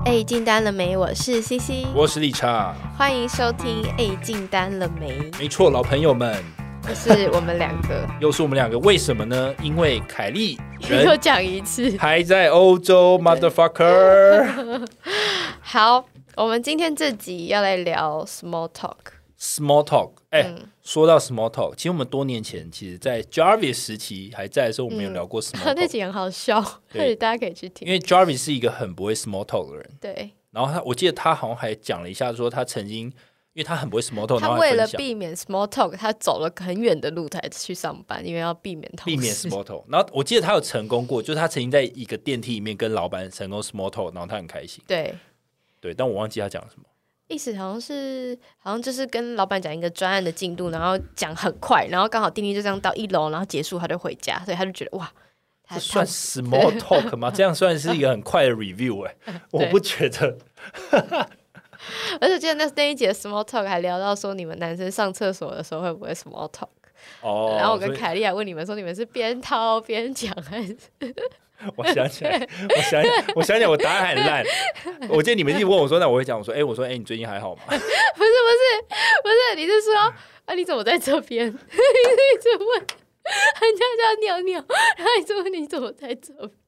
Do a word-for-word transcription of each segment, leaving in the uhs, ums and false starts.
哎，进单了没？我是 C C， 我是理查， 欢迎收听。哎，进单了没？ 没错，老朋友们， 就是我们两个， 又是我们两个，为什么呢？因为凯莉又讲一次， 还在欧洲 ，motherfucker。 好，我们今天这集要来聊 small talk。small talk， 哎、欸嗯，说到 small talk， 其实我们多年前，其实，在 Jarvis 时期还在的时候，我们有聊过 small talk，、嗯、 那集很好笑，所以大家可以去听。 因为 Jarvis 是一个很不会 small talk 的人， 对。 然后他，我记得他好像还讲了一下，说他曾经，因为他很不会 small talk， 他为了避免 small talk， 他走了很远的路才去上班，因为要避免避免 small talk。然后我记得他有成功过，就是他曾经在一个电梯里面跟老板成功 small talk， 然后他很开心。 对， 对，但我忘记他讲了什么。 意思好像是，好像就是跟老板讲一个专案的进度，然后讲很快，然后刚好电梯就这样到一楼，然后结束他就回家，所以他就觉得哇， 这算 small talk 吗？这样算是一个很快的 review 哎、欸，我不觉得。 而且记得那那一节 small talk 还聊到说，你们男生上厕所的时候会不会 small talk？ 哦，然后我跟凯莉还问你们说，你们是边掏边讲还是？ 我想起来，我想起来，我想起来，我答案很烂。我记得你们一直问我说，那我会讲，我说，哎、欸，我说，哎、欸，你最近还好吗？不是，不是，不是，你是说，啊，你怎么在这边？你一直问，人家叫尿尿，然后一直问你怎么在这边。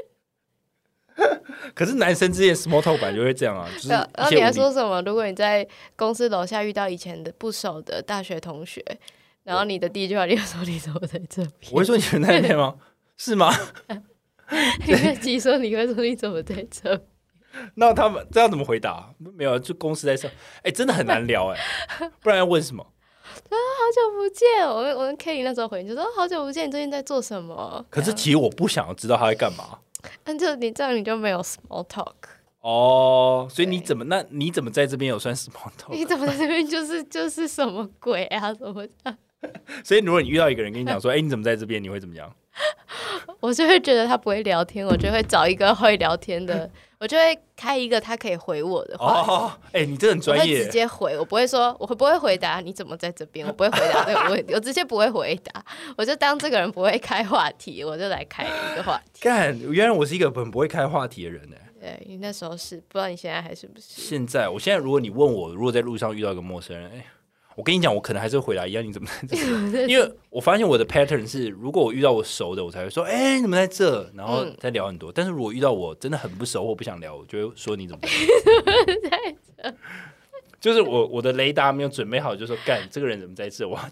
可是男生之间 small talk 本来就会这样啊，就是。然后你还说什么？如果你在公司楼下遇到以前的不熟的大学同学，然后你的第一句话你就说你怎么在这边？ 我会说你们在那边吗？是吗？ 你那集说你会说你怎么在这？ 那他们这样怎么回答？没有，就公司在这。哎、欸，真的很难聊哎、欸，不然要问什么？ 啊，好久不见！我我跟 Kelly 那时候回应就说好久不见，你最近在做什么？ 可是其实我不想要知道他在干嘛。 那就你这样你就没有 small talk 哦，所以你怎么那你怎么在这边有算 small talk？ 你怎么在这边就是就是什么鬼啊？怎么这样？ 所以如果你遇到一个人跟你讲说，哎、欸，你怎么在这边？你会怎么样？ 我就会觉得他不会聊天，我就会找一个会聊天的，我就会开一个他可以回我的话。 哦，哎、欸，你这很专业。 我会直接回，我不会说，我会不会回答你怎么在这边？我不会回答这个问题，我直接不会回答，我就当这个人不会开话题，我就来开一个话题。 干，原来我是一个很不会开话题的人呢。 对，你那时候是，不知道你现在还是不是？ 现在，我现在如果你问我，如果在路上遇到一个陌生人，哎、欸。我跟你讲，我可能还是会回答一样，你怎么在这？因为我发现我的 pattern 是，如果我遇到我熟的，我才会说，哎、欸，你怎么在这？然后再聊很多。嗯、但是如果遇到我真的很不熟或不想聊，我就会说你怎么在这？就是我我的雷达没有准备好，就说干这个人怎么在这？我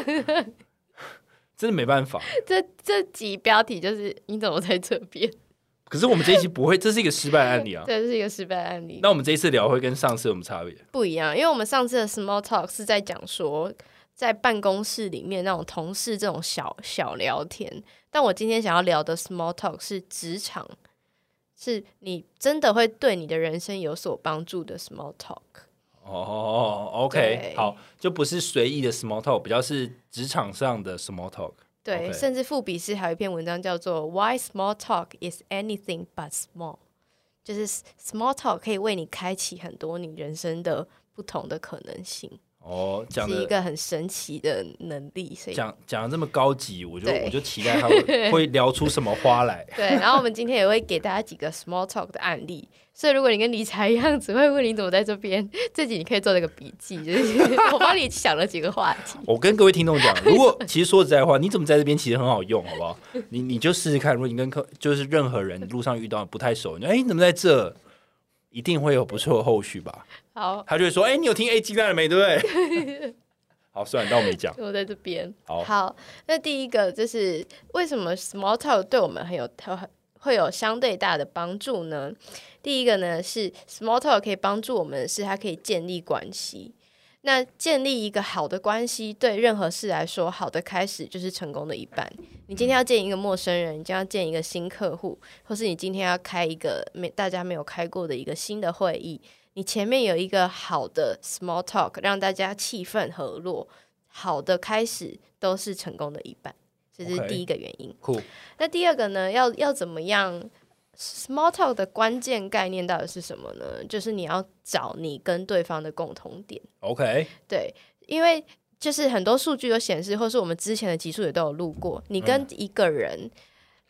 真的没办法。 这这集标题就是你怎么在这边？ 可是我们这一期不会，这是一个失败案例啊。 对，这是一个失败案例。 那我们这一次聊会跟上次有什么差别？ 不一样，因为我们上次的 small talk 是在讲说，在办公室里面那种同事这种小小聊天，但我今天想要聊的 small talk 是职场，是你真的会对你的人生有所帮助的 small talk。 哦 ，OK， 好，就不是随意的 small talk， 比较是职场上的 small talk。 对， okay. 甚至富比士还有一篇文章叫做 Why Small Talk is Anything But Small， 就是 Small Talk 可以为你开启很多你人生的不同的可能性。 哦，讲是一个很神奇的能力。 讲讲的这么高级，我就我就期待他会会聊出什么花来。 对，然后我们今天也会给大家几个 small talk 的案例，所以如果你跟理财一样只会问你怎么在这边，这集你可以做这个笔记，就是我帮你想了几个话题。 我跟各位听众讲，如果其实说实在话，你怎么在这边其实很好用，好不好？你你就试试看，如果你跟客就是任何人路上遇到不太熟，你哎你怎么在这？一定会有不错的后续吧。好，他就会说：“哎、欸，你有听 A 鸡蛋了没？对不对？”好，虽然但我没讲， 我在这边。 好， 好，那第一个就是为什么 small talk 对我们很有会有相对大的帮助呢？第一个呢是 small talk 可以帮助我们的是它可以建立关系。那建立一个好的关系，对任何事来说，好的开始就是成功的一半。你今天要见一个陌生人，你今天要见一个新客户，或是你今天要开一个没大家没有开过的一个新的会议，你前面有一个好的 small talk， 让大家气氛和络，好的开始都是成功的一半，这是第一个原因。 Okay. Cool. 那第二个呢，要要怎么样？Small talk 的关键概念到底是什么呢？就是你要找你跟对方的共同点。 OK， 对，因为就是很多数据都显示，或是我们之前的集数也都有录过，你跟一个人、嗯、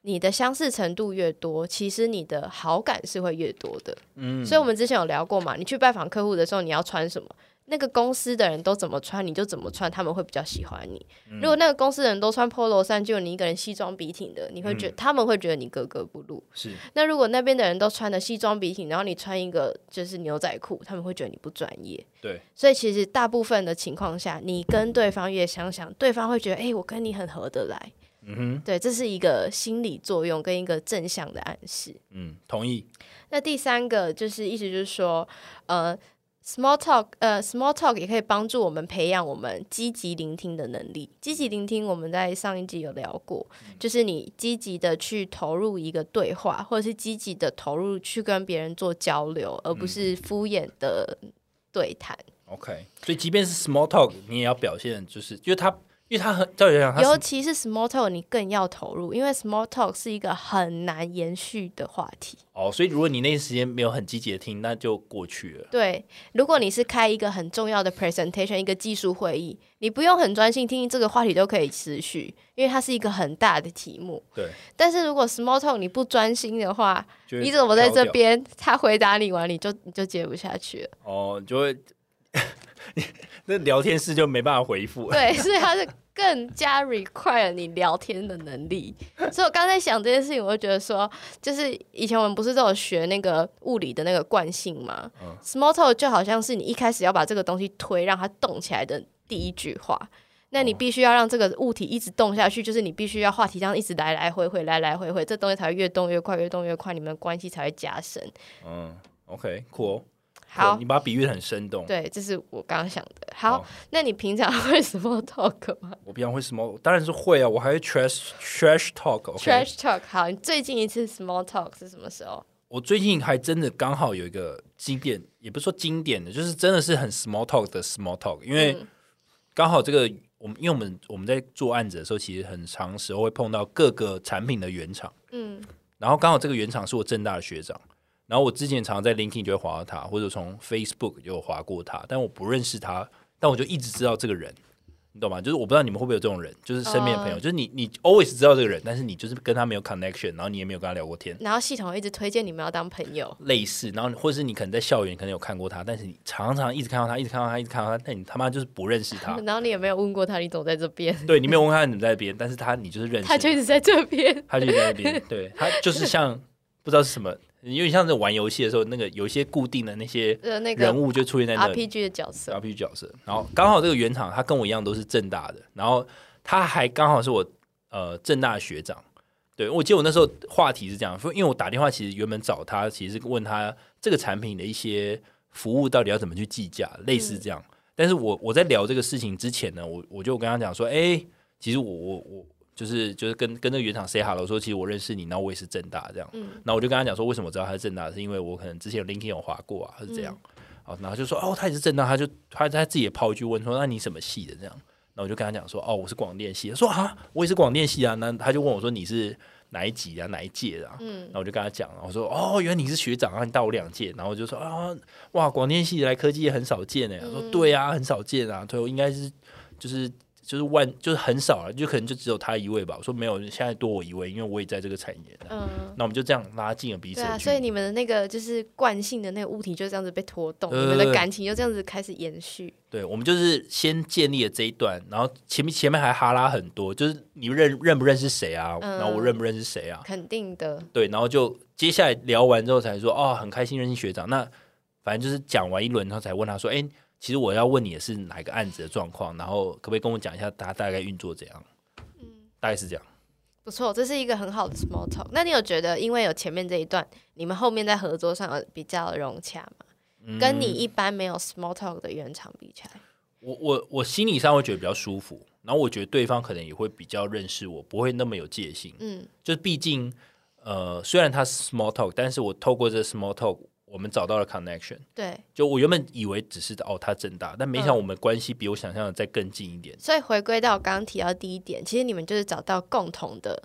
你的相似程度越多，其实你的好感是会越多的。嗯，所以我们之前有聊过嘛，你去拜访客户的时候，你要穿什么？那个公司的人都怎么穿，你就怎么穿，他们会比较喜欢你。嗯、如果那个公司的人都穿 polo 衫，就你一个人西装笔挺的，你会觉得、嗯、他们会觉得你格格不入。是。那如果那边的人都穿的西装笔挺，然后你穿一个就是牛仔裤，他们会觉得你不专业。 对。 所以其实大部分的情况下，你跟对方越相像，对方会觉得，哎、欸，我跟你很合得来。嗯哼。对，这是一个心理作用跟一个正向的暗示。 嗯，同意。 那第三个就是意思就是说，呃。Small talk， 呃 ，Small talk 也可以帮助我们培养我们积极聆听的能力。积极聆听，我们在上一集有聊过，嗯、就是你积极的去投入一个对话，或者是积极的投入去跟别人做交流，而不是敷衍的对谈。 OK， 所以即便是 Small talk， 你也要表现，就是因为他。因为他很，照理讲， 尤其是 small talk， 你更要投入，因为 small talk 是一个很难延续的话题。 哦，所以如果你那段时间没有很积极的听，那就过去了。 对，如果你是开一个很重要的 presentation， 一个技术会议，你不用很专心听，这个话题都可以持续，因为它是一个很大的题目。 对。 但是如果 small talk 你不专心的话，你怎么在这边？他回答你完，你就你就接不下去了。 哦，就会。那聊天室就没办法回复。 对，所以他是更加 require 你聊天的能力。所以我刚才想这件事情，我就觉得说，就是以前我们不是都有学那个物理的那个惯性吗？嗯、Small talk 就好像是你一开始要把这个东西推，让它动起来的第一句话。那你必须要让这个物体一直动下去，就是你必须要话题这样一直来来回回，来来回回，这东西才会越动越快，越动越快，你们的关系才会加深。 嗯 ，OK， cool。 好， 你把它比喻得很生动。 对，这是我刚刚想的。好，哦、那你平常会 small talk 吗？ 我平常会 small， 当然是会啊，我还会 trash trash talk。trash talk， 好，你最近一次 small talk 是什么时候？ 我最近还真的刚好有一个经典，也不是说经典的，就是真的是很 small talk 的 small talk， 因为刚好这个我们，因为我们我们在做案子的时候，其实很长时候会碰到各个产品的原厂，嗯，然后刚好这个原厂是我政大的学长。然后我之前常常在 LinkedIn 就会滑到他，或者从 Facebook 就滑过他，但我不认识他，但我就一直知道这个人，你懂吗？就是我不知道你们会不会有这种人，就是身边的朋友， uh, 就是你你 always 知道这个人，但是你就是跟他没有 connection， 然后你也没有跟他聊过天， 然后系统一直推荐你们要当朋友， 类似，然后或者是你可能在校园可能有看过他，但是你常常一直看到他，一直看到他，一直看到他，但你他妈就是不认识他， 然后你也没有问过他你怎么在这边， 对，你没有问他你怎么在这边，但是他你就是认识他， 他就一直在这边， 他就一直在那边，对，他就是像不知道是什么。有点像是玩游戏的时候，那个有一些固定的那些人物就出现在那 R P G 的角色 ，R P G 角色。然后刚好这个原厂他跟我一样都是政大的，然后他还刚好是我呃政大的学长。对，我记得我那时候话题是这样，因为我打电话其实原本找他，其实是问他这个产品的一些服务到底要怎么去计价，类似这样。嗯、但是我我在聊这个事情之前呢，我我就跟他讲说，哎、欸，其实我我我。就是就是跟跟那个原厂 say hello 说，其实我认识你，然后我也是政大这样，嗯，然后我就跟他讲说，为什么我知道他是政大，是因为我可能之前有 LinkedIn 有滑过啊，还是这样，好、嗯，然后就说哦，他也是政大，他就他他自己也抛一句问说，那你什么系的这样，然后我就跟他讲说，哦，我是广电系的，说啊，我也是广电系啊，那他就问我说你是哪一级啊，哪一届的啊，嗯，然后我就跟他讲，我说哦，原来你是学长啊，你大我两届，然后我就说啊，哇，广电系来科技也很少见哎，他说对啊，很少见啊，所以我应该是就是。就是万就是很少了，就可能就只有他一位吧。我说没有，现在多我一位，因为我也在这个产业。嗯，那我们就这样拉近了彼此的距离。对啊， 所以你们的那个就是惯性的那个物体就这样子被拖动，呃、你们的感情就这样子开始延续。 对，我们就是先建立了这一段，然后前面前面还哈拉很多，就是你认认不认识谁啊、嗯，然后我认不认识谁啊？ 肯定的。 对，然后就接下来聊完之后才说，哦，很开心认识学长。那反正就是讲完一轮，然后才问他说，哎、欸。其实我要问你的是哪一个案子的状况，然后可不可以跟我讲一下他大概运作怎样？嗯，大概是这样。 不错，这是一个很好的 small talk。那你有觉得因为有前面这一段，你们后面在合作上有比较融洽吗？嗯、跟你一般没有 small talk 的原厂比起来， 我我我心理上会觉得比较舒服，然后我觉得对方可能也会比较认识我，不会那么有戒心。嗯，就是毕竟呃，虽然他是 small talk， 但是我透过这 small talk。我们找到了 connection， 对， 就我原本以为只是哦他政大，但没想到我们关系比我想象的再更近一点。 嗯、所以回归到我刚刚提到第一点，其实你们就是找到共同的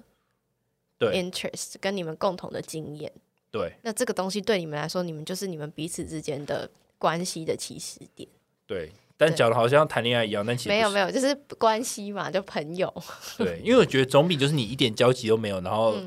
interest 跟你们共同的经验。 对， 那这个东西对你们来说，你们就是你们彼此之间的关系的起始点。 对，但讲的好像谈恋爱一样，但其实没有没有，就是关系嘛，就朋友。 对，因为我觉得总比就是你一点交集都没有，然后。嗯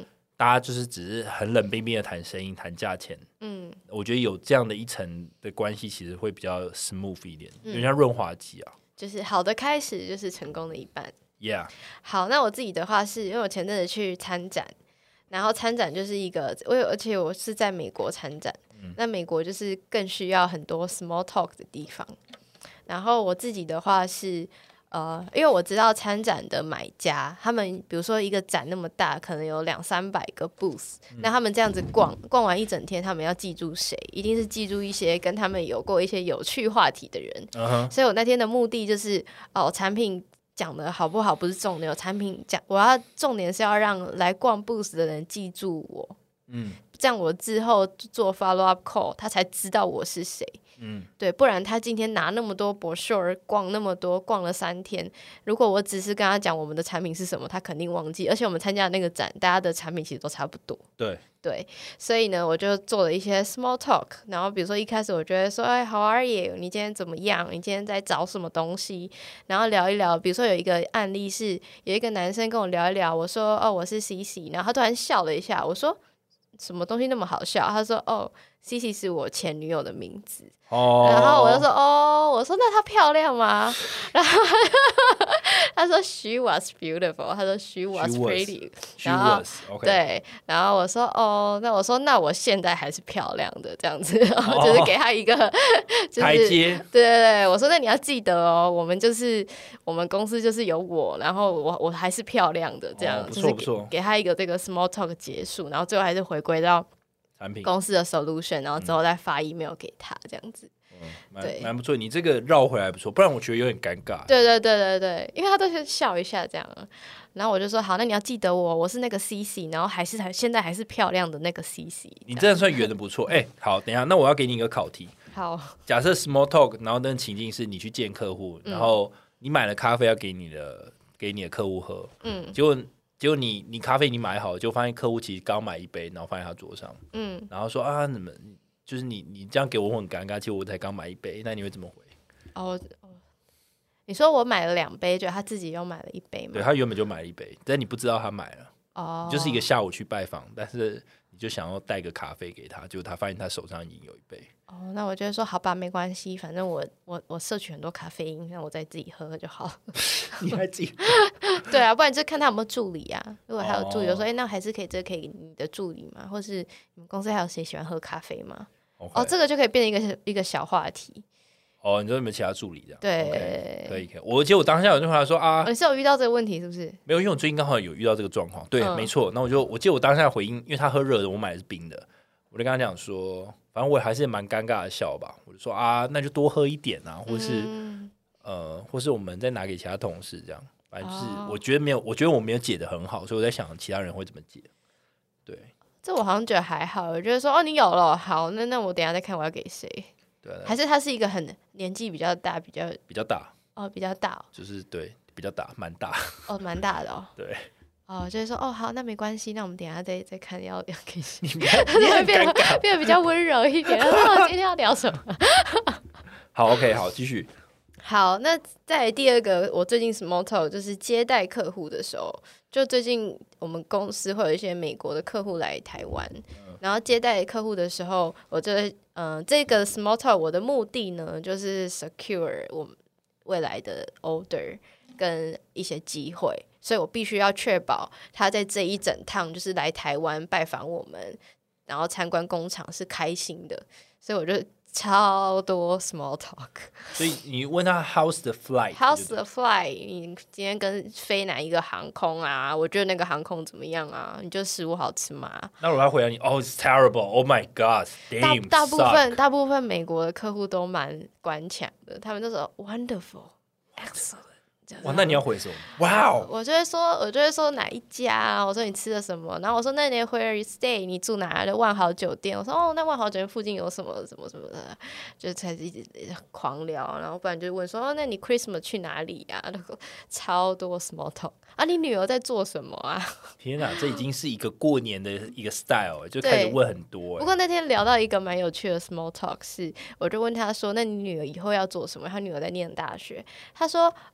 大家就是只是很冷冰冰的谈生意、谈价钱。嗯，我觉得有这样的一层的关系，其实会比较 smooth 一点，有点像润滑剂啊。 就是好的开始就是成功的一半。 Yeah。 好，那我自己的话是因为我前阵子去参展，然后参展就是一个，我而且我是在美国参展，嗯、那美国就是更需要很多 small talk 的地方。然后我自己的话是。呃，因为我知道参展的买家，他们比如说一个展那么大，可能有两三百个 booth，、嗯、那他们这样子逛逛完一整天，他们要记住谁？一定是记住一些跟他们有过一些有趣话题的人。Uh-huh. 所以我那天的目的就是，哦，产品讲的好不好不是重点，有产品讲，我要重点是要让来逛 booth 的人记住我。嗯，这样我之后做 follow up call， 他才知道我是谁。嗯，对，不然他今天拿那么多 brochure 逛那么多，逛了三天，如果我只是跟他讲我们的产品是什么，他肯定忘记。而且我们参加的那个展，大家的产品其实都差不多。 对对，所以呢，我就做了一些 small talk。然后比如说一开始我觉得说，哎 ，How are you？ 你今天怎么样？你今天在找什么东西？然后聊一聊。比如说有一个案例是，有一个男生跟我聊一聊，我说，哦，我是 C C， 然后他突然笑了一下，我说，什么东西那么好笑？他说，哦。C C 是我前女友的名字，哦、然后我就说哦，我说那她漂亮吗？然后他说 She was beautiful， 他说 She was pretty， 然后 was, okay. 对，然后我说哦，那我说那我现在还是漂亮的这样子，然后就是给他一个、就是、 台阶， 对对对，我说那你要记得哦，我们就是我们公司就是有我，然后我我还是漂亮的这样， 哦、不错不错， 就是给他一个这个 small talk 结束，然后最后还是回归到。公司的 solution， 然后之后再发 email 给他，这样子， 嗯，对，蛮不错。你这个绕回来不错，不然我觉得有点尴尬。 对对对对对，因为他都是笑一下这样，然后我就说好，那你要记得我，我是那个 C C， 然后还是现在还是漂亮的那个 C C。 你真的算圆的不错，哎、欸，好，等一下，那我要给你一个考题。 好， 假设 small talk， 然后那情境是你去见客户，然后你买了咖啡要给你的给你的客户喝，嗯，结果。结果你你咖啡你买好，就发现客户其实刚买一杯，然后放在他桌上，嗯，然后说啊，你们就是你你这样给我我很尴尬，其实我才刚买一杯，那你会怎么回？ 哦哦，你说我买了两杯，就他自己又买了一杯吗？ 对，他原本就买了一杯，但你不知道他买了，哦，就是一个下午去拜访，但是你就想要带个咖啡给他，结果他发现他手上已经有一杯。 哦，那我就会说好吧，没关系，反正我我我摄取很多咖啡因，那我再自己喝就好。 你还自己？ 对啊，不然就看他有没有助理啊。如果还有助理，我说哎、欸，那还是可以，这个可以给你的助理吗？或是你们公司还有谁喜欢喝咖啡吗？ Okay. 哦，这个就可以变成一个一个小话题。 哦，你说有没有其他助理这样？ 对， okay, 可以可以。我记得我当下有句话说啊， 你是有遇到这个问题是不是？ 没有，因为我最近刚好有遇到这个状况。对，嗯、没错。那我就我记得我当下回应，因为他喝热的，我买的是冰的，我就跟他讲说。反正我还是蛮尴尬的笑吧，我就说啊，那就多喝一点啊，或是、嗯、呃，或是我们再拿给其他同事这样。反正就是我觉得没有，我觉得我没有解得很好，所以我在想其他人会怎么解。对， 这我好像觉得还好，我觉得说哦，你有了，好，那那我等一下再看我要给谁。 对， 还是他是一个很年纪比较大，比较比较大哦，比较大、哦， 就是对，比较大，蛮大哦，蛮大的哦， 对。 哦，就是说，哦，好，那没关系，那我们等一下再再看要要给谁， 你会变得变得比较温柔一点。那我今天要聊什么？ 好 ，OK， 好，继续。 好，那再来第二个，我最近 small talk 就是接待客户的时候，就最近我们公司会有一些美国的客户来台湾，嗯、然后接待客户的时候，我就嗯、呃，这个 small talk 我的目的呢，就是 secure 我们未来的 order 跟一些机会。所以我必须要确保他在这一整趟就是来台湾拜访我们，然后参观工厂是开心的，所以我就超多 small talk。 所以你问他 how's the flight？ How's the flight？ 你今天跟飞哪一个航空啊？我觉得那个航空怎么样啊？你觉得食物好吃吗？ 那我要回答你 ，Oh, it's terrible. Oh my God, damn. 大大部分大部分美国的客户都蛮官腔的，他们都说 wonderful, excellent。 哇，那你要回什么？哇哦！ 我就会说，我就会说哪一家啊？我说你吃了什么？然后我说那你 Where you stay？ 你住哪的万豪酒店？我说哦，那万豪酒店附近有什么什么什么的，就才一直狂聊。然后不然就问说哦，那你 Christmas 去哪里啊？超多 small talk 啊！你女儿在做什么啊？ 天哪，这已经是一个过年的一个 style， 就开始问很多。 不过那天聊到一个蛮有趣的 small talk， 是我就问他说，那你女儿以后要做什么？他女儿在念大学，他说哦，我女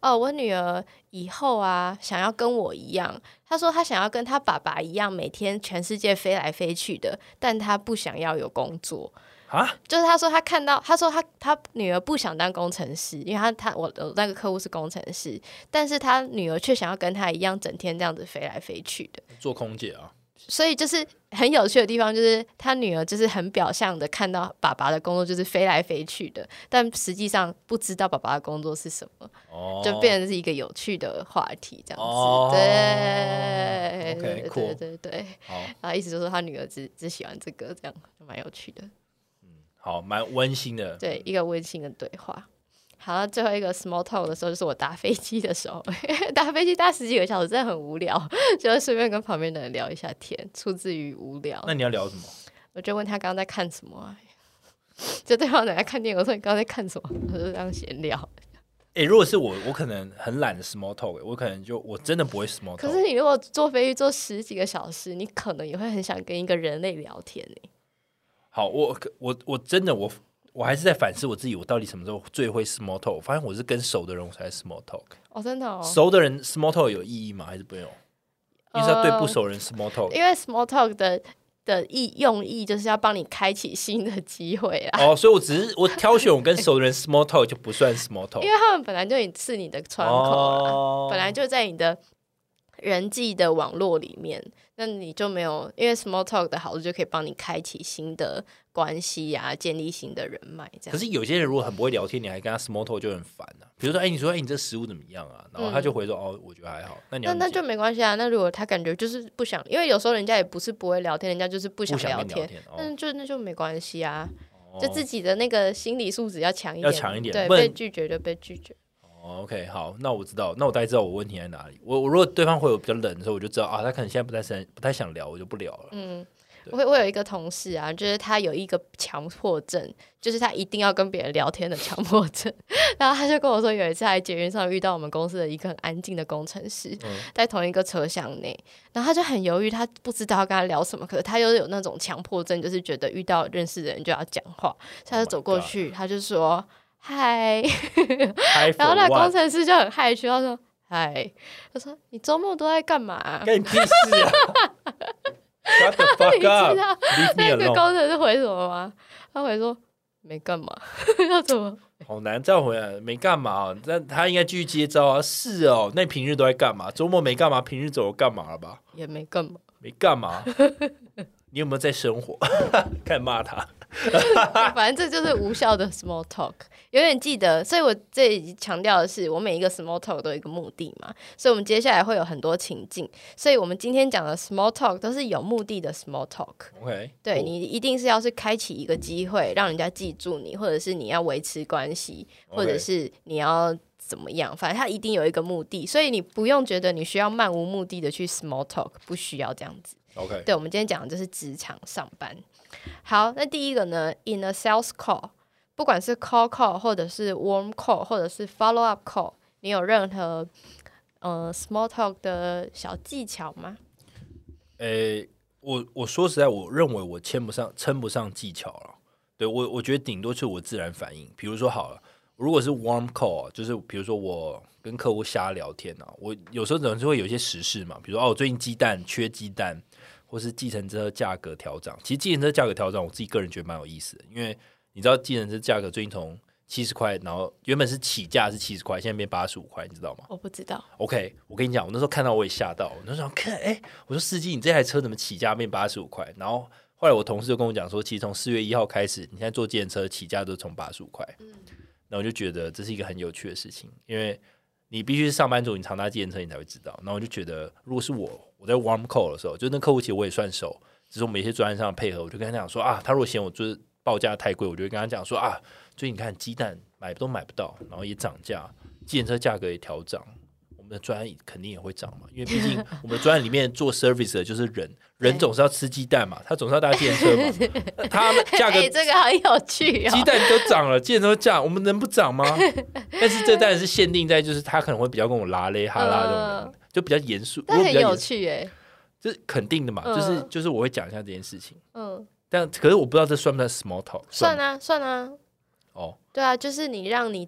女儿以后啊想要跟我一样，他说他想要跟他爸爸一样每天全世界飞来飞去的，但他不想要有工作啊， 就是他说他看到他说他他女儿不想当工程师，因为他他我我那个客户是工程师，但是他女儿却想要跟他一样整天这样子飞来飞去的做空姐啊。 所以就是很有趣的地方，就是他女儿就是很表象的看到爸爸的工作就是飞来飞去的，但实际上不知道爸爸的工作是什么，哦、就变成是一个有趣的话题这样子。哦、对 ，OK， 对对对对，好，然后意思就是说他女儿只只喜欢这个，这样蛮有趣的。 嗯，好，蛮温馨的。 对，一个温馨的对话。好，那最后一个 small talk 的时候，就是我搭飞机的时候，搭飞机搭十几个小时，真的很无聊，就会顺便跟旁边的人聊一下天，出自于无聊。 那你要聊什么？ 我就问他刚刚在看什么啊？就对方在看电影，我说你刚刚在看什么？我就这样闲聊。 哎、欸，如果是我，我可能很懒的 small talk， 我可能就我真的不会 small talk。 可是你如果坐飞机坐十几个小时，你可能也会很想跟一个人类聊天呢。 好，我我我真的我。我还是在反思我自己，我到底什么时候最会 small talk？ 我发现我是跟熟的人我才 small talk。 哦，真的哦。 熟的人 small talk 有意义吗？还是不用？因为是要对不熟人 small talk。呃、 因为 small talk 的的意用意就是要帮你开启新的机会啦。 哦，所以我只是我挑选我跟熟的人 small talk 就不算 small talk， 因为他们本来就是你的窗口啦，哦、本来就在你的人际的网络里面，那你就没有，因为 small talk 的好处就可以帮你开启新的关系啊，建立新的人脉这样。 可是有些人如果很不会聊天，你还跟他 small talk 就很烦啊。比如说，哎、欸，你说，哎、欸，你这食物怎么样啊？然后他就回说，嗯、哦，我觉得还好。那你要那那就没关系啊。那如果他感觉就是不想，因为有时候人家也不是不会聊天，人家就是不想聊天，那、哦、就那就没关系啊。哦、就自己的那个心理素质要强一点， 要强一点， 对，被拒绝就被拒绝。 哦、OK， 好，那我知道，那我大概知道我问题在哪里。我我如果对方会有比较冷的时候，我就知道啊，他可能现在不太想不太想聊，我就不聊了。嗯。 我我有一个同事啊，就是他有一个强迫症，就是他一定要跟别人聊天的强迫症。然后他就跟我说，有一次在捷运上遇到我们公司的一个很安静的工程师，嗯、在同一个车厢内，然后他就很犹豫，他不知道要跟他聊什么，可是他又有那种强迫症，就是觉得遇到认识的人就要讲话，所以他就走过去， oh、他就说嗨，然后那工程师就很害羞，他说嗨，他说你周末都在干嘛、啊？ 干你屁事啊！Shut the fuck up! 你知道那个工程师回什么吗？他回说没干嘛，要怎么？ 好难再回来，没干嘛。但他应该继续接招啊。是哦，那你平日都在干嘛？周末没干嘛，平日走干嘛了吧？ 也没干嘛， 没干嘛。你有没有在生活？开始骂他。 反正这就是无效的 small talk， 有点记得，所以我这里强调的是，我每一个 small talk 都有一个目的嘛，所以我们接下来会有很多情境，所以我们今天讲的 small talk 都是有目的的 small talk。OK， 对、oh. 你一定是要是开启一个机会，让人家记住你，或者是你要维持关系， okay. 或者是你要怎么样，反正它一定有一个目的，所以你不用觉得你需要漫无目的的去 small talk， 不需要这样子。 OK， 对，我们今天讲的就是职场上班。好，那第一个呢 ，in a sales call， 不管是 call call 或者是 warm call 或者是 follow up call， 你有任何呃 small talk 的小技巧吗？ 诶、欸，我我说实在，我认为我牵不上、称不上技巧了。对我，我觉得顶多是我自然反应。比如说好了，如果是 warm call， 就是比如说我跟客户瞎聊天啊，我有时候总是会有一些时事嘛，比如说哦，我最近鸡蛋缺鸡蛋。或是计程车价格调涨，其实计程车价格调涨，我自己个人觉得蛮有意思的，因为你知道计程车价格最近从七十块，然后原本是起价是七十块，现在变八十五块，你知道吗？ 我不知道。 OK， 我跟你讲，我那时候看到我也吓到，我那时候看，哎、欸，我说司机，你这台车怎么起价变八十五块？然后后来我同事就跟我讲说，其实从四月一号开始，你现在坐计程车起价都从八十五块，嗯，然后我就觉得这是一个很有趣的事情，因为你必须是上班族，你常搭计程车，你才会知道。然后我就觉得，如果是我，我在 warm call 的时候，就那客户其实我也算熟，只是我们一些专案上的配合，我就跟他讲说啊，他如果嫌我就是报价太贵，我就会跟他讲说啊，最近你看鸡蛋买都买不到，然后也涨价，计程车价格也调涨，我们的专案肯定也会涨嘛，因为毕竟我们的专案里面做 service 的就是人，人总是要吃鸡蛋嘛，他总是要搭计程车嘛，他价格、 欸、这个很有趣哦， 鸡蛋都涨了，计程车涨，我们能不涨吗？但是这当然是限定在就是他可能会比较跟我拉嘞哈拉这种人、呃，就比较严肃， 但很有趣耶、欸， 这是肯定的嘛，呃、就是就是我会讲一下这件事情，嗯、呃，但可是我不知道这算不算 small talk， 算啊算啊， 哦， 对啊，就是你让你。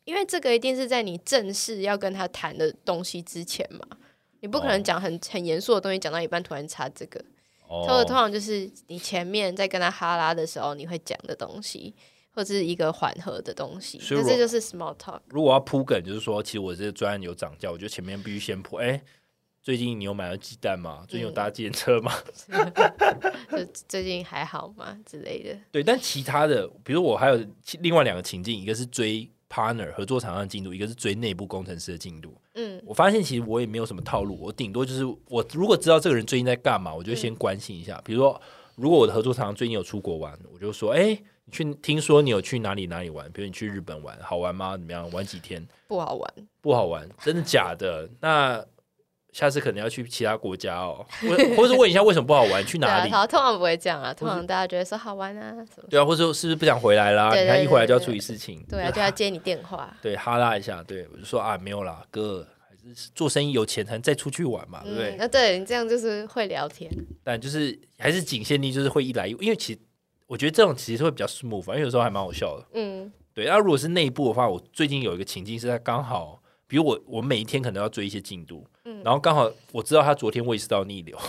因为这个一定是在你正式要跟他谈的东西之前嘛，你不可能讲很、哦、很严肃的东西，讲到一半突然插这个。哦，通常就是你前面在跟他哈拉的时候你会讲的东西，或者是一个缓和的东西，那这就是 small talk。 如果要铺梗，就是说其实我这个专案有涨价，我觉得前面必须先铺，哎，最近你有买到鸡蛋吗？最近有搭计程车吗？ 就最近还好吗之类的。 对，但其他的比如我还有另外两个情境，一个是追 partner 合作厂商的进度，一个是追内部工程师的进度。嗯，我发现其实我也没有什么套路，我顶多就是我如果知道这个人最近在干嘛，我就先关心一下。嗯、比如说，如果我的合作厂商最近有出国玩，我就说，哎，你去听说你有去哪里哪里玩？比如你去日本玩，好玩吗？怎么样？玩几天？ 不好玩， 不好玩，真的假的？那下次可能要去其他国家哦，或者问一下为什么不好玩，去哪里？ 对啊，通常不会这样啊，通常大家觉得说好玩啊什么。 对啊，或者是不是不想回来啦？ 对对对对， 你看一回来就要处理事情， 对啊，就要接你电话， 对，哈拉一下，对，我就说啊，没有啦，哥，还是做生意有钱才能再出去玩嘛，对不对？ 那、嗯、对你这样就是会聊天， 但就是还是仅限力，就是会一来一，因为其实我觉得这种其实会比较 smooth， 因为有时候还蛮好笑的，嗯，对。那如果是内部的话，我最近有一个情境是他刚好。比如我，我每一天可能要追一些进度，嗯、然后刚好我知道他昨天胃食道逆流，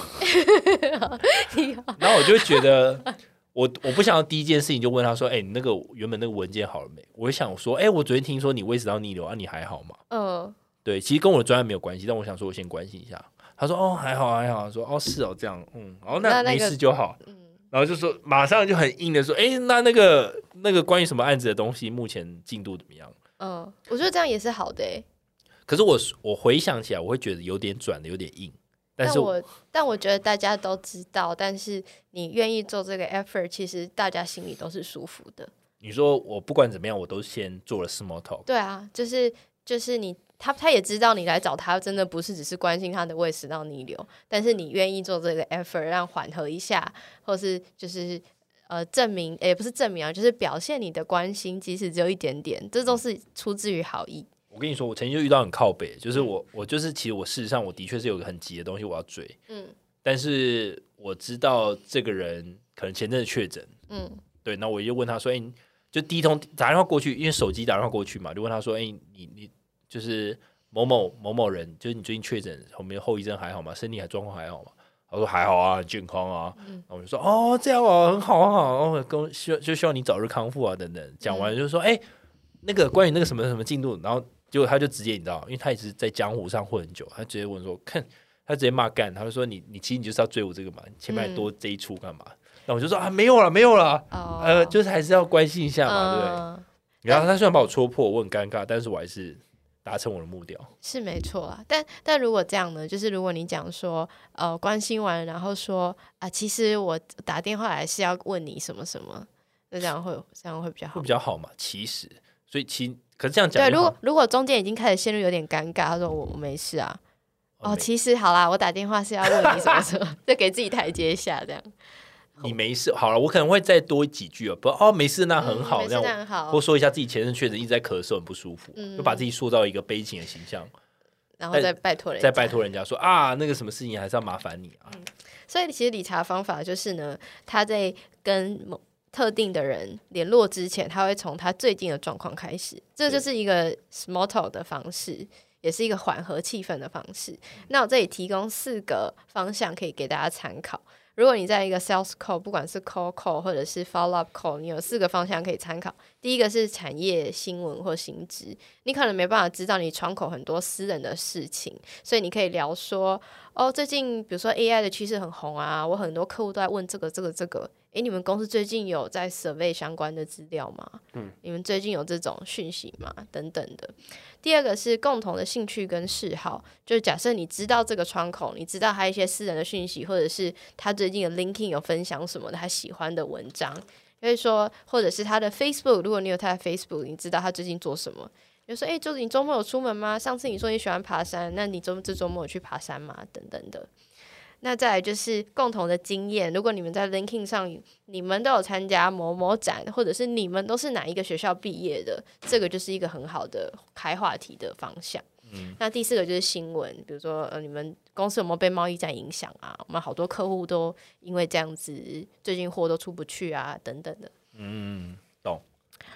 然后我就会觉得我我不想要第一件事情就问他说：“哎、欸，你那个原本那个文件好了没？”我会想说：“哎、欸，我昨天听说你胃食道逆流啊，你还好吗？”嗯，对，其实跟我的专案没有关系，但我想说我先关心一下。他说：“哦，还好还好。”说：“哦，是哦，这样，嗯，然后那没事就好。那”然后就说马上就很硬的说：“哎、欸，那那个那个关于什么案子的东西，目前进度怎么样？” 嗯，我觉得这样也是好的、欸。 可是我我回想起来，我会觉得有点转的有点硬，但是我但我觉得大家都知道，但是你愿意做这个 effort， 其实大家心里都是舒服的。 你说我不管怎么样，我都先做了 small talk。 对啊，就是就是你他他也知道你来找他，真的不是只是关心他的胃食道逆流，但是你愿意做这个 effort， 让缓和一下，或是就是呃证明，也不是证明啊，就是表现你的关心，即使只有一点点，这都是出自于好意。 我跟你说，我曾经就遇到很靠北，就是我、嗯、我就是其实我事实上我的确是有个很急的东西我要追，嗯，但是我知道这个人可能前阵子确诊，嗯，对，那我就问他说，哎、欸，就第一通打电话过去，因为手机打电话过去嘛，就问他说，哎、欸，你你就是某某某某人，就是你最近确诊，后面后遗症还好吗？身体还状况还好吗？他说还好啊，很健康啊，嗯，然后我就说哦这样哦，很好很好，然后跟希望就希望你早日康复啊等等，讲完就说哎、欸，那个关于那个什么什么进度，然后。结果他就直接你知道，因为他也是在江湖上混很久，他直接问说：“看，他直接骂干，他就说你你其实你就是要追我这个嘛，你前面还多这一出干嘛？”那、嗯、我就说啊没有了没有了，哦、呃，就是还是要关心一下嘛，嗯、对不对？然后他虽然把我戳破，我很尴尬，但是我还是达成我的目标，是没错啊。但但如果这样呢，就是如果你讲说呃关心完，然后说啊，其实我打电话来是要问你什么什么，那这样会这样会比较好， 会比较好嘛？其实，所以其。可是这样讲， 对，如果如果中间已经开始陷入有点尴尬，他说我我没事啊，哦，其实好啦，我打电话是要问你什么什么，就给自己台阶下，这样。 你没事，好了，我可能会再多几句哦，不哦，没事，那很好， 嗯、这样很好， 或说一下自己前阵确诊一直在咳嗽，很不舒服，嗯、就把自己塑造一个悲情的形象， 然后再拜托人家， 再拜托人家说啊，那个什么事情还是要麻烦你啊。嗯、 所以其实理查方法就是呢，他在跟某特定的人联络之前，他会从他最近的状况开始，这就是一个 small talk 的方式，也是一个缓和气氛的方式。那我这里提供四个方向可以给大家参考。如果你在一个 sales call， 不管是 call call 或者是 follow up call， 你有四个方向可以参考。第一个是产业新闻或新知，你可能没办法知道你窗口很多私人的事情，所以你可以聊说哦，最近比如说 A I 的趋势很红啊，我很多客户都在问这个这个这个，诶，你们公司最近有在 survey 相关的资料吗？嗯，你们最近有这种讯息吗？等等的。第二个是共同的兴趣跟嗜好，就是假设你知道这个窗口，你知道他一些私人的讯息，或者是他最近的 LinkedIn 有分享什么的他喜欢的文章，就是说或者是他的 Facebook， 如果你有他的 Facebook， 你知道他最近做什么，就说诶，就是你周末有出门吗？上次你说你喜欢爬山，那你周这周末有去爬山吗？等等的。那再来就是共同的经验，如果你们在 LinkedIn 上你们都有参加某某展，或者是你们都是哪一个学校毕业的，这个就是一个很好的开话题的方向。嗯、那第四个就是新闻，比如说呃，你们公司有没有被贸易战影响啊？我们好多客户都因为这样子最近货都出不去啊等等的。 嗯，懂。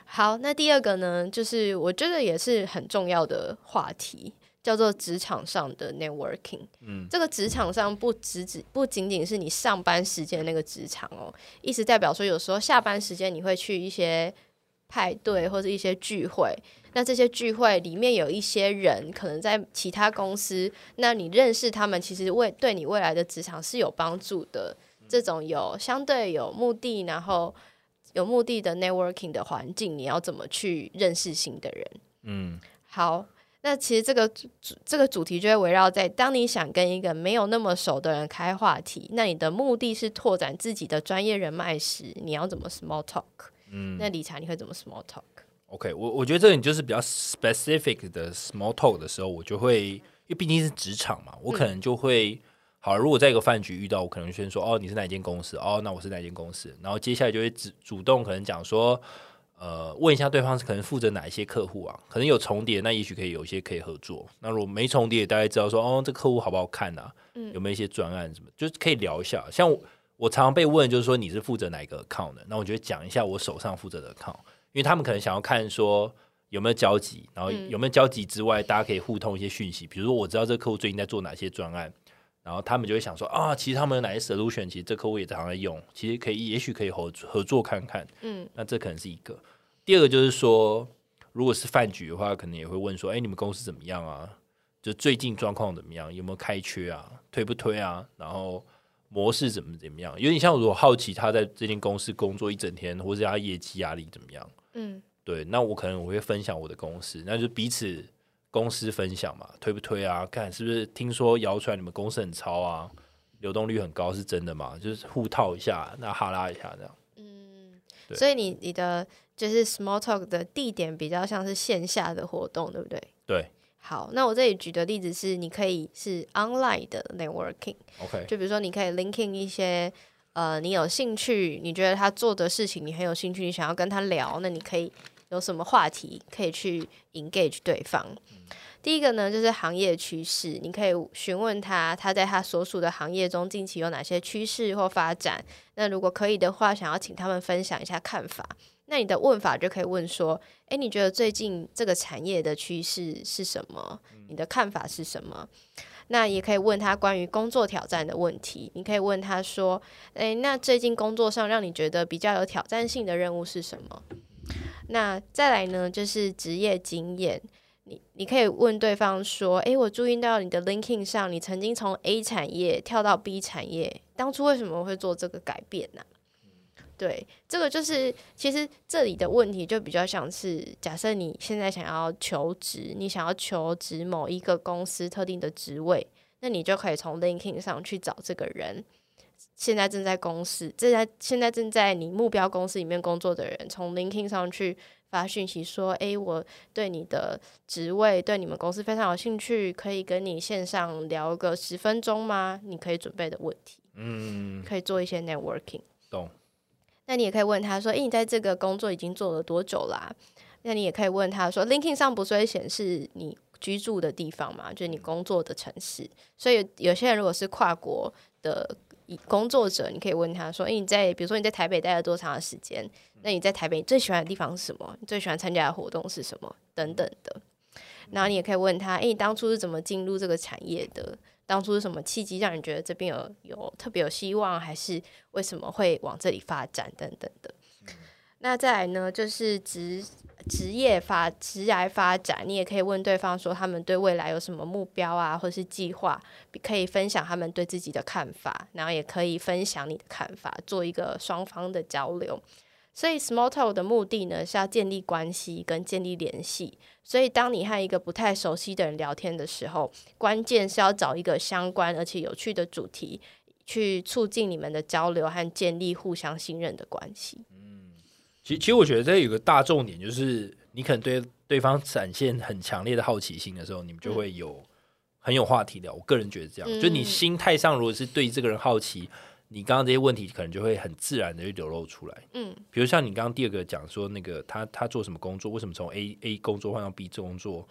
好，那第二个呢，就是我觉得也是很重要的话题，叫做职场上的 networking。嗯，这个职场上不只只不仅仅是你上班时间那个职场哦，意思代表说有时候下班时间你会去一些派对或者一些聚会，那这些聚会里面有一些人可能在其他公司，那你认识他们其实为对你未来的职场是有帮助的，这种有相对有目的然后有目的的 networking 的环境，你要怎么去认识新的人？嗯，好，那其实这个这个主题就会围绕在当你想跟一个没有那么熟的人开话题，那你的目的是拓展自己的专业人脉时，你要怎么 small talk？ 嗯，那理查你会怎么 small talk？OK， 我我觉得这个你就是比较 specific 的 small talk 的时候，我就会因为毕竟是职场嘛，我可能就会、嗯、好，如果在一个饭局遇到，我可能先说哦你是哪间公司，哦那我是哪间公司，然后接下来就会主动可能讲说呃问一下对方是可能负责哪一些客户啊，可能有重叠，那也许可以有一些可以合作，那如果没重叠，大概知道说哦这客户好不好看啊、嗯、有没有一些专案什么，就是可以聊一下。像 我, 我常常被问就是说你是负责哪一个 account 的，那我就会讲一下我手上负责的 account，因为他们可能想要看说有没有交集，然后有没有交集之外、嗯、大家可以互通一些讯息，比如说我知道这个客户最近在做哪些专案，然后他们就会想说啊，其实他们有哪些 solution， 其实这客户也常在用，其实可以也许可以合合作看看，嗯，那这可能是一个。第二个就是说如果是饭局的话，可能也会问说哎，你们公司怎么样啊，就最近状况怎么样，有没有开缺啊，推不推啊，然后模式怎么怎么样，有点像如果好奇他在这间公司工作一整天，或者他业绩压力怎么样，嗯，对，那我可能我会分享我的公司，那就彼此公司分享嘛，推不推啊，看是不是听说谣传你们公司很超啊，流动率很高，是真的吗？就是互套一下，那哈拉一下这样。 嗯，所以你你的就是 small talk 的地点比较像是线下的活动，对不对？ 对。 好，那我这里举的例子是你可以是 online 的 networking， OK， 就比如说你可以 linking 一些呃你有兴趣，你觉得他做的事情你很有兴趣，你想要跟他聊，那你可以有什么话题可以去 engage 对方、嗯、第一个呢就是行业趋势，你可以询问他他在他所属的行业中近期有哪些趋势或发展，那如果可以的话想要请他们分享一下看法，那你的问法就可以问说诶，你觉得最近这个产业的趋势是什么？你的看法是什么？那也可以问他关于工作挑战的问题，你可以问他说诶，那最近工作上让你觉得比较有挑战性的任务是什么？那再来呢就是职业经验，你你可以问对方说诶，我注意到你的 LinkedIn 上你曾经从 A 产业跳到 B 产业，当初为什么会做这个改变呢、啊？对，这个就是其实这里的问题就比较像是假设你现在想要求职，你想要求职某一个公司特定的职位，那你就可以从 LinkedIn 上去找这个人现在正在公司正在现在正在你目标公司里面工作的人，从 LinkedIn 上去发讯息说诶，我对你的职位对你们公司非常有兴趣，可以跟你线上聊个十分钟吗？你可以准备的问题，嗯，可以做一些 networking。 懂。 那你也可以问他说诶，你在这个工作已经做了多久啦、啊？那你也可以问他说 LinkedIn 上不是会显示你居住的地方嘛，就是你工作的城市，所以有些人如果是跨国的工作者，你可以问他说诶，你在比如说你在台北待了多长的时间，那你在台北你最喜欢的地方是什么，你最喜欢参加的活动是什么等等的。然后你也可以问他诶，你当初是怎么进入这个产业的，当初是什么契机让你觉得这边有有特别有希望，还是为什么会往这里发展等等的、嗯、那再来呢就是职职业发职涯发展，你也可以问对方说他们对未来有什么目标啊，或是计划，可以分享他们对自己的看法，然后也可以分享你的看法，做一个双方的交流。所以 small talk 的目的呢是要建立关系跟建立联系，所以当你和一个不太熟悉的人聊天的时候，关键是要找一个相关而且有趣的主题，去促进你们的交流和建立互相信任的关系。 嗯，其实其实我觉得这有个大重点，就是你可能对对方展现很强烈的好奇心的时候，你们就会有很有话题聊。我个人觉得这样、嗯、就你心态上如果是对这个人好奇，你刚刚这些问题可能就会很自然的就流露出来。嗯，比如像你刚刚第二个讲说那个他他做什么工作，为什么从 A A 工作换到 B 工作，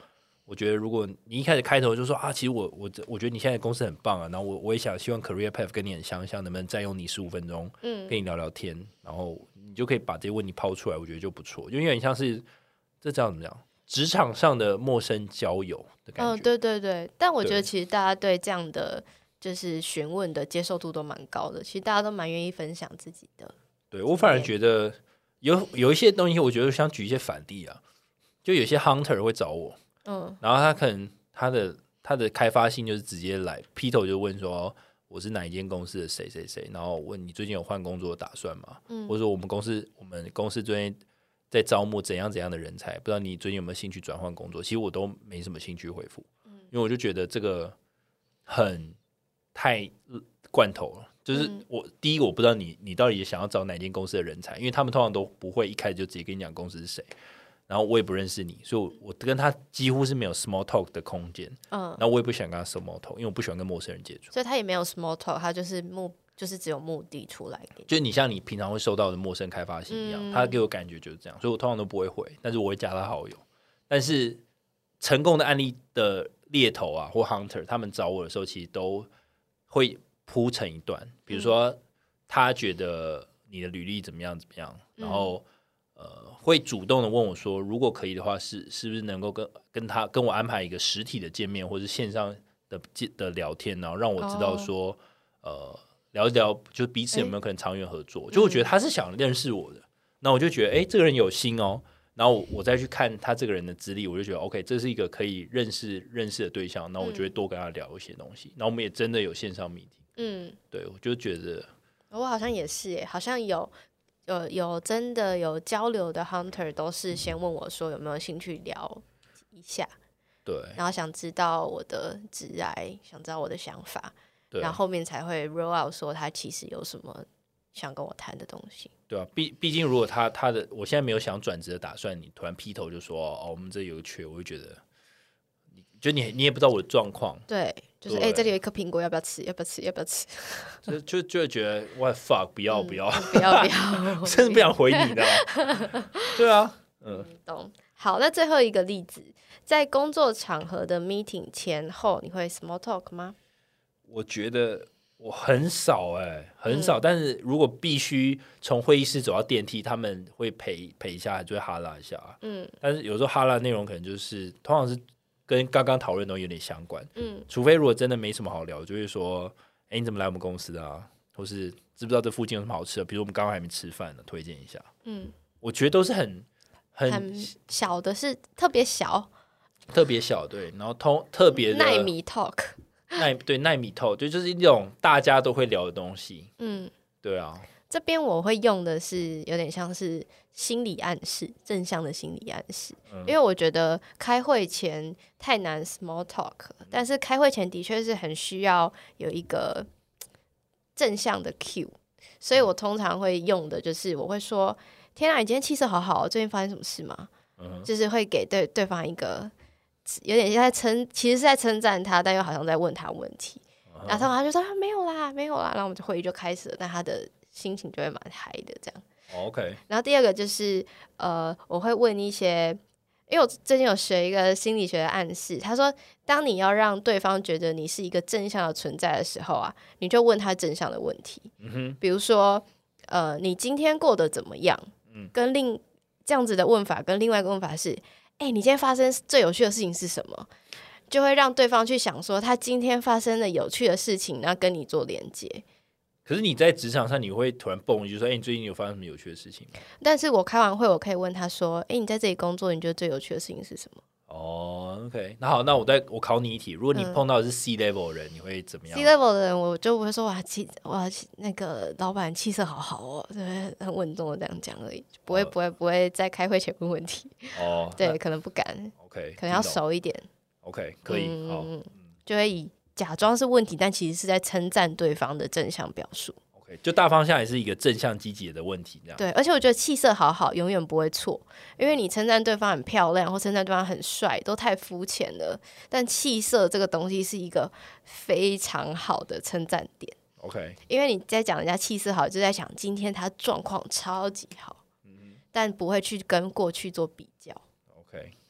我觉得如果你一开始开头就说啊，其实我我我觉得你现在公司很棒啊，然后我我也想希望 career path 跟你很相像，能不能占用你十五分钟，嗯，跟你聊聊天，然后你就可以把这些问题抛出来，我觉得就不错，就有点像是这叫怎么讲，职场上的陌生交友的感觉。 嗯，对对对，但我觉得其实大家对这样的就是询问的接受度都蛮高的，其实大家都蛮愿意分享自己的。 对，我反而觉得有有一些东西，我觉得想举一些反例啊，就有些 hunter 会找我，嗯，然后他可能他的他的开发性就是直接来，劈头就问说我是哪一间公司的谁谁谁，然后问你最近有换工作的打算吗？嗯，或者说我们公司我们公司最近在招募怎样怎样的人才，不知道你最近有没有兴趣转换工作？其实我都没什么兴趣回复，嗯，因为我就觉得这个很太罐头了。就是我、嗯、第一个我不知道你你到底想要找哪间公司的人才，因为他们通常都不会一开始就直接跟你讲公司是谁，然后我也不认识你，所以我跟他几乎是没有 small talk 的空间，嗯，然后我也不想跟他 small talk，因为我不喜欢跟陌生人接触， 所以他也没有 small talk， 他就是目就是只有目的出来给你， 就你像你平常会收到的陌生开发信一样，嗯、他给我感觉就是这样，所以我通常都不会回，但是我会加他好友。但是成功的案例的猎头啊或 hunter， 他们找我的时候其实都会铺成一段，比如说他觉得你的履历怎么样怎么样，然后、嗯、呃会主动的问我说，如果可以的话，是是不是能够跟跟他跟我安排一个实体的见面，或是线上的的聊天，然后让我知道说，哦、呃聊一聊，就彼此有没有可能长远合作。就我觉得他是想认识我的，那我就觉得哎，这个人有心哦。然后我再去看他这个人的资历，我就觉得 OK， 这是一个可以认识认识的对象，那我就会多跟他聊一些东西。然后我们也真的有线上 meeting。嗯，对，我就觉得我好像也是耶，好像有有有真的有交流的 hunter 都是先问我说有没有兴趣聊一下， 对， 然后想知道我的职涯，想知道我的想法，然后后面才会 roll out 说他其实有什么想跟我谈的东西。 对啊，毕毕竟如果他他的我现在没有想转职的打算，你突然劈头就说哦，我们这有个缺，我会觉得。就 你, 你也不知道我的状况， 对，就是哎、欸，这里有一颗苹果，要不要吃？要不要吃？要不要吃？ 就就就会觉得 what fuck， 不要、嗯、不要不要不要， 我真的不想回你的。对啊，嗯， 懂。好，那最后一个例子，在工作场合的 meeting 前后，你会 small talk 吗？ 我觉得我很少哎、欸，很少、嗯。但是如果必须从会议室走到电梯，他们会陪陪一下，就会哈拉一下。嗯，但是有时候哈拉内容可能就是通常是。跟刚刚讨论的东西有点相关，嗯，除非如果真的没什么好聊，就会说，哎、欸，你怎么来我们公司啊？或是知不知道这附近有什么好吃的？比如我们刚刚还没吃饭呢，推荐一下。嗯，我觉得都是很 很, 很小的，是特别小， 特别小，对，然后通特别的奈米 talk， 奈对奈米 talk， 对，就是一种大家都会聊的东西。嗯，对啊。 这边我会用的是有点像是心理暗示，正向的心理暗示、嗯、因为我觉得开会前太难 small talk， 但是开会前的确是很需要有一个正向的 cue， 所以我通常会用的就是我会说，天啊，你今天气色好好，最近发生什么事吗？嗯、就是会给 对, 对方一个有点像在称，其实是在称赞他，但又好像在问他问题、嗯、然后他就说、啊、没有啦没有啦，然后我们就会议就开始了，但他的心情就会蛮嗨的这样、 oh, OK。 然后第二个就是呃，我会问一些，因为我最近有学一个心理学的暗示，他说当你要让对方觉得你是一个正向的存在的时候啊，你就问他正向的问题、嗯、哼，比如说呃，你今天过得怎么样、嗯、跟另这样子的问法跟另外一个问法是，哎、欸，你今天发生最有趣的事情是什么，就会让对方去想说他今天发生的有趣的事情，然后跟你做连接。 可是你在职场上你会突然蹦一句说，哎、欸，你最近有发生什么有趣的事情吗？ 但是我开完会我可以问他说，哎、欸，你在这里工作你觉得最有趣的事情是什么？ 哦 OK， 那好，那我再我考你一题，如果你碰到的是 C level 的人、嗯、你会怎么样？ C level 的人我就不会说哇气哇那个老板气色好好哦，对，很稳重的这样讲而已，不会、哦、不会不会在开会前问问题哦，对，可能不敢 OK， 可能要熟一点 OK 可以、嗯、好， 就会以假装是问题，但其实是在称赞对方的正向表述。 Okay， 就大方向也是一个正向积极的问题，这样。 对，而且我觉得气色好好永远不会错，因为你称赞对方很漂亮或称赞对方很帅都太肤浅了，但气色这个东西是一个非常好的称赞点。 OK， 因为你在讲人家气色好，就在想今天他状况超级好、嗯，但不会去跟过去做比较。 OK，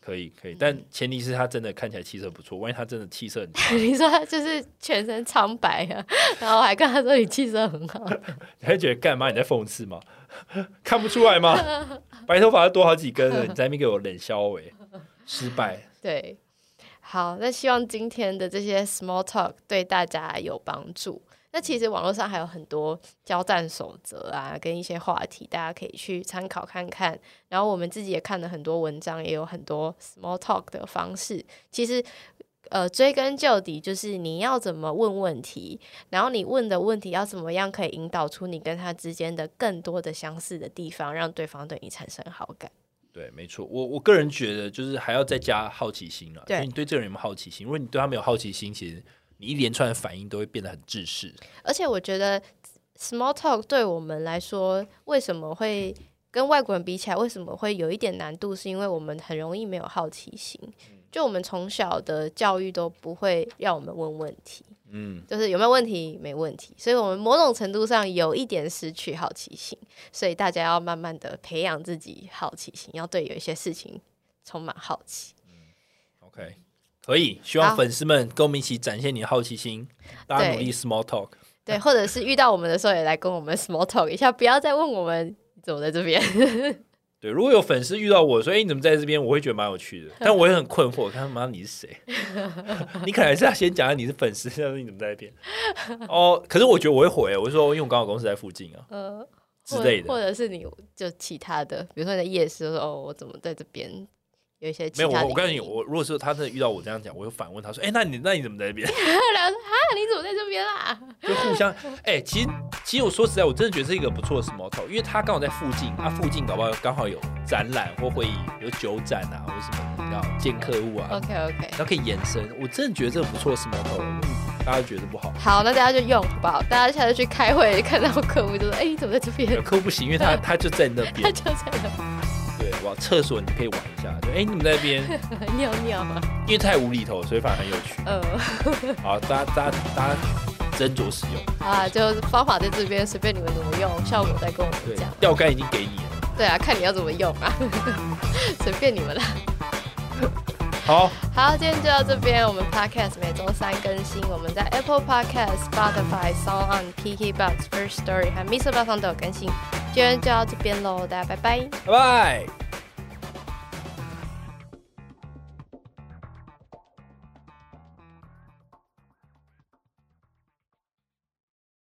可以可以，但前提是他真的看起来气色不错，万一他真的气色很差你说他就是全身苍白啊，然后还跟他说你气色很好， 你会觉得干嘛？你在讽刺吗？看不出来吗？白头发多好几根了，你在那边给我冷笑尾，失败。 对，好，那希望今天的这些 small talk 对大家有帮助。那其实网络上还有很多交战守则啊，跟一些话题，大家可以去参考看看。然后我们自己也看了很多文章，也有很多 small talk 的方式。其实，呃，追根究底，就是你要怎么问问题，然后你问的问题要怎么样可以引导出你跟他之间的更多的相似的地方，让对方对你产生好感。 对，没错，我我个人觉得就是还要再加好奇心了。对，你对这个人有没有好奇心？如果你对他没有好奇心，其实你一连串的反应都会变得很制式。 而且我觉得 small talk 对我们来说，为什么会跟外国人比起来，为什么会有一点难度？是因为我们很容易没有好奇心。就我们从小的教育都不会让我们问问题，嗯，就是有没有问题没问题，所以我们某种程度上有一点失去好奇心，所以大家要慢慢的培养自己好奇心，要对有一些事情充满好奇。嗯 OK， 可以，希望粉丝们跟我们一起展现你的好奇心，大家努力 small talk。 对，或者是遇到我们的时候也来跟我们 small talk 一下，不要再问我们你怎么在这边。 对，如果有粉丝遇到我说：“哎、欸，你怎么在这边？”我会觉得蛮有趣的，但我也很困惑，看妈你是谁？你可能是要先讲你是粉丝，要说你怎么在这边？哦，可是我觉得我会回，我就说因为我刚好公司在附近啊，呃，之类的， 或者是你就其他的，比如说你在夜市说：“哦，我怎么在这边？”有一些其他没有，我我告诉你，我如果说他真的遇到我这样讲，我就反问他说：“哎、欸，那你那你怎么在这边？” 然后说：“哈，你怎么在这边啦？” 就互相哎、欸，其实其实我说实在，我真的觉得是一个不错的 small talk， 因为他刚好在附近，他、啊、附近搞不好刚好有展览或会议，有酒展啊，或什么你知道见客户啊 ，OK OK， 然后可以延伸，我真的觉得这个不错的 small talk，、嗯、大家觉得不好？ 好，那大家就用好不好？大家下次去开会看到客户就说：“哎、欸，你怎么在这边？” 客户不行，因为他他就在那边， 他就在那边。 对，哇，厕所你可以玩一下，就哎、欸，你们在那边尿尿啊？ 因为太无厘头，所以反而很有趣。嗯，好，大家大家大家斟酌使用啊，就方法在这边，随便你们怎么用，效果再跟我们讲。 钓竿已经给你了。 对啊，看你要怎么用啊，随便你们啦。 好， 好，今天就到这边。我们 Podcast 每周三更新，我们在 Apple Podcast、Spotify、SoundOn、K K B O X、First Story 和 MixerBox 上都有更新。今天就到这边喽，大家拜拜， 拜拜。